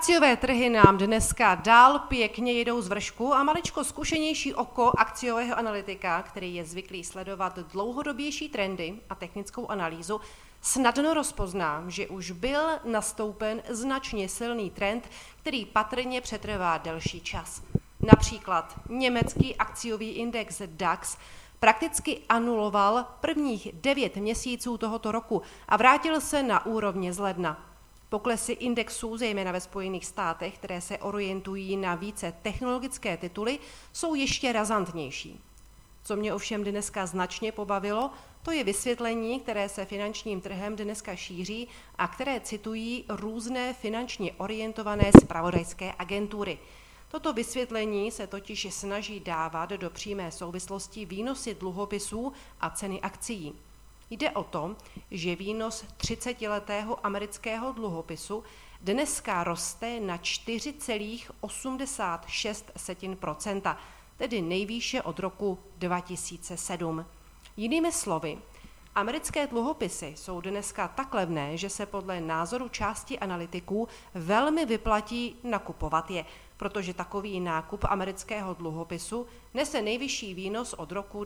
Akciové trhy nám dneska dál pěkně jedou z vršku a maličko zkušenější oko akciového analytika, který je zvyklý sledovat dlouhodobější trendy a technickou analýzu, snadno rozpozná, že už byl nastoupen značně silný trend, který patrně přetrvá delší čas. Například německý akciový index DAX prakticky anuloval prvních 9 měsíců tohoto roku a vrátil se na úrovně z ledna. Poklesy indexů, zejména ve Spojených státech, které se orientují na více technologické tituly, jsou ještě razantnější. Co mě ovšem dneska značně pobavilo, to je vysvětlení, které se finančním trhem dneska šíří a které citují různé finančně orientované zpravodajské agentury. Toto vysvětlení se totiž snaží dávat do přímé souvislosti výnosy dluhopisů a ceny akcií. Jde o to, že výnos 30letého amerického dluhopisu dneska roste na 4,86%, tedy nejvýše od roku 2007. Jinými slovy, americké dluhopisy jsou dneska tak levné, že se podle názoru části analytiků velmi vyplatí nakupovat je, protože takový nákup amerického dluhopisu nese nejvyšší výnos od roku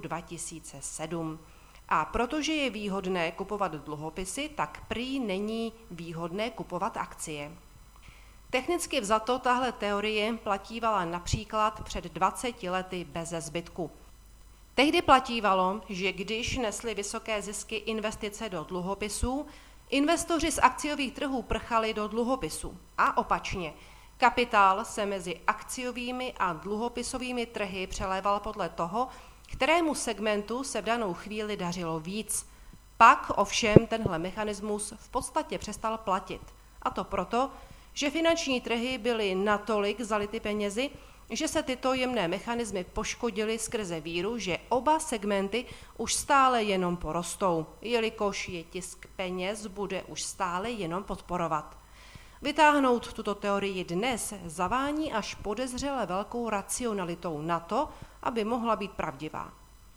2007. A protože je výhodné kupovat dluhopisy, tak prý není výhodné kupovat akcie. Technicky vzato tahle teorie platívala například před 20 lety beze zbytku. Tehdy platívalo, že když nesly vysoké zisky investice do dluhopisů, investoři z akciových trhů prchali do dluhopisů. A opačně, kapitál se mezi akciovými a dluhopisovými trhy přeléval podle toho, kterému segmentu se v danou chvíli dařilo víc. Pak ovšem tenhle mechanismus v podstatě přestal platit. A to proto, že finanční trhy byly natolik zality penězi, že se tyto jemné mechanismy poškodily skrze víru, že oba segmenty už stále jenom porostou, jelikož je tisk peněz bude už stále jenom podporovat. Vytáhnout tuto teorii dnes zavání až podezřele velkou racionalitou na to, aby mohla být pravdivá.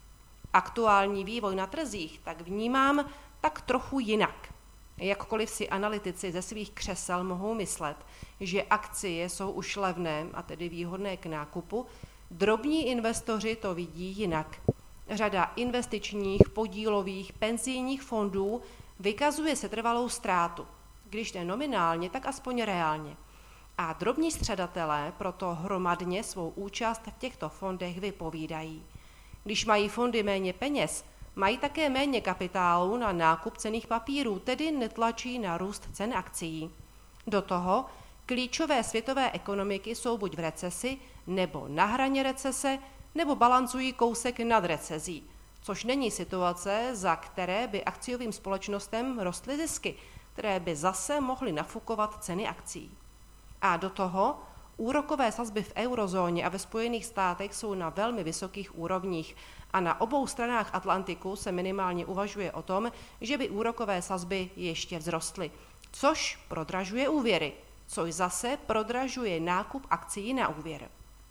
Aktuální vývoj na trzích tak vnímám tak trochu jinak. Jakkoliv si analytici ze svých křesel mohou myslet, že akcie jsou už levné a tedy výhodné k nákupu, drobní investoři to vidí jinak. Řada investičních, podílových, penzijních fondů vykazuje setrvalou ztrátu, když ne nominálně, tak aspoň reálně. A drobní střadatelé proto hromadně svou účast v těchto fondech vypovídají. Když mají fondy méně peněz, mají také méně kapitálu na nákup cenných papírů, tedy netlačí na růst cen akcií. Do toho klíčové světové ekonomiky jsou buď v recesi, nebo na hraně recese, nebo balancují kousek nad recezí, což není situace, za které by akciovým společnostem rostly zisky, které by zase mohly nafukovat ceny akcií. A do toho úrokové sazby v eurozóně a ve Spojených státech jsou na velmi vysokých úrovních a na obou stranách Atlantiku se minimálně uvažuje o tom, že by úrokové sazby ještě vzrostly, což prodražuje úvěry, což zase prodražuje nákup akcií na úvěr.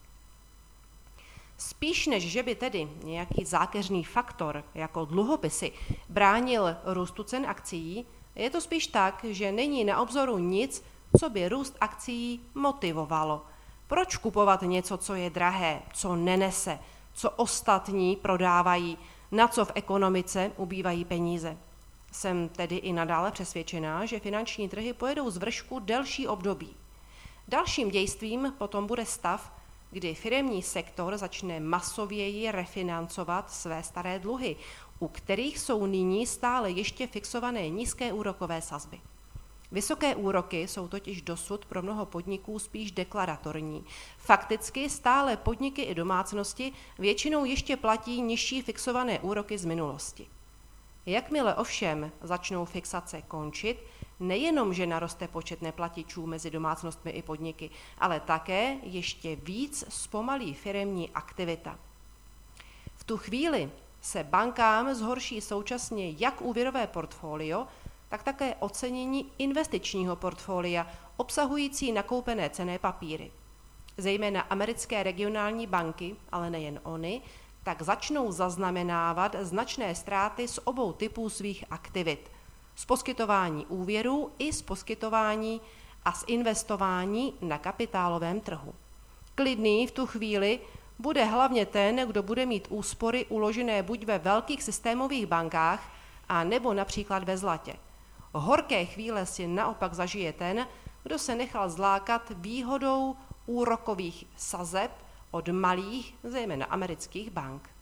Spíš než že by tedy nějaký zákeřný faktor jako dluhopisy bránil růstu cen akcií, je to spíš tak, že není na obzoru nic, co by růst akcií motivovalo. Proč kupovat něco, co je drahé, co nenese, co ostatní prodávají, na co v ekonomice ubývají peníze? Jsem tedy i nadále přesvědčená, že finanční trhy pojedou z vršku delší období. Dalším dějstvím potom bude stav, kdy firemní sektor začne masověji refinancovat své staré dluhy, u kterých jsou nyní stále ještě fixované nízké úrokové sazby. Vysoké úroky jsou totiž dosud pro mnoho podniků spíš deklaratorní. Fakticky stále podniky i domácnosti většinou ještě platí nižší fixované úroky z minulosti. Jakmile ovšem začnou fixace končit, nejenom, že naroste počet neplatičů mezi domácnostmi i podniky, ale také ještě víc zpomalí firemní aktivita. V tu chvíli se bankám zhorší současně jak úvěrové portfolio, tak také ocenění investičního portfolia obsahující nakoupené cenné papíry. Zejména americké regionální banky, ale nejen ony, tak začnou zaznamenávat značné ztráty z obou typů svých aktivit. Z poskytování úvěrů i z poskytování a z investování na kapitálovém trhu. Klidný v tu chvíli bude hlavně ten, kdo bude mít úspory uložené buď ve velkých systémových bankách, a nebo například ve zlatě. Horké chvíle si naopak zažije ten, kdo se nechal zlákat výhodou úrokových sazeb od malých, zejména amerických bank.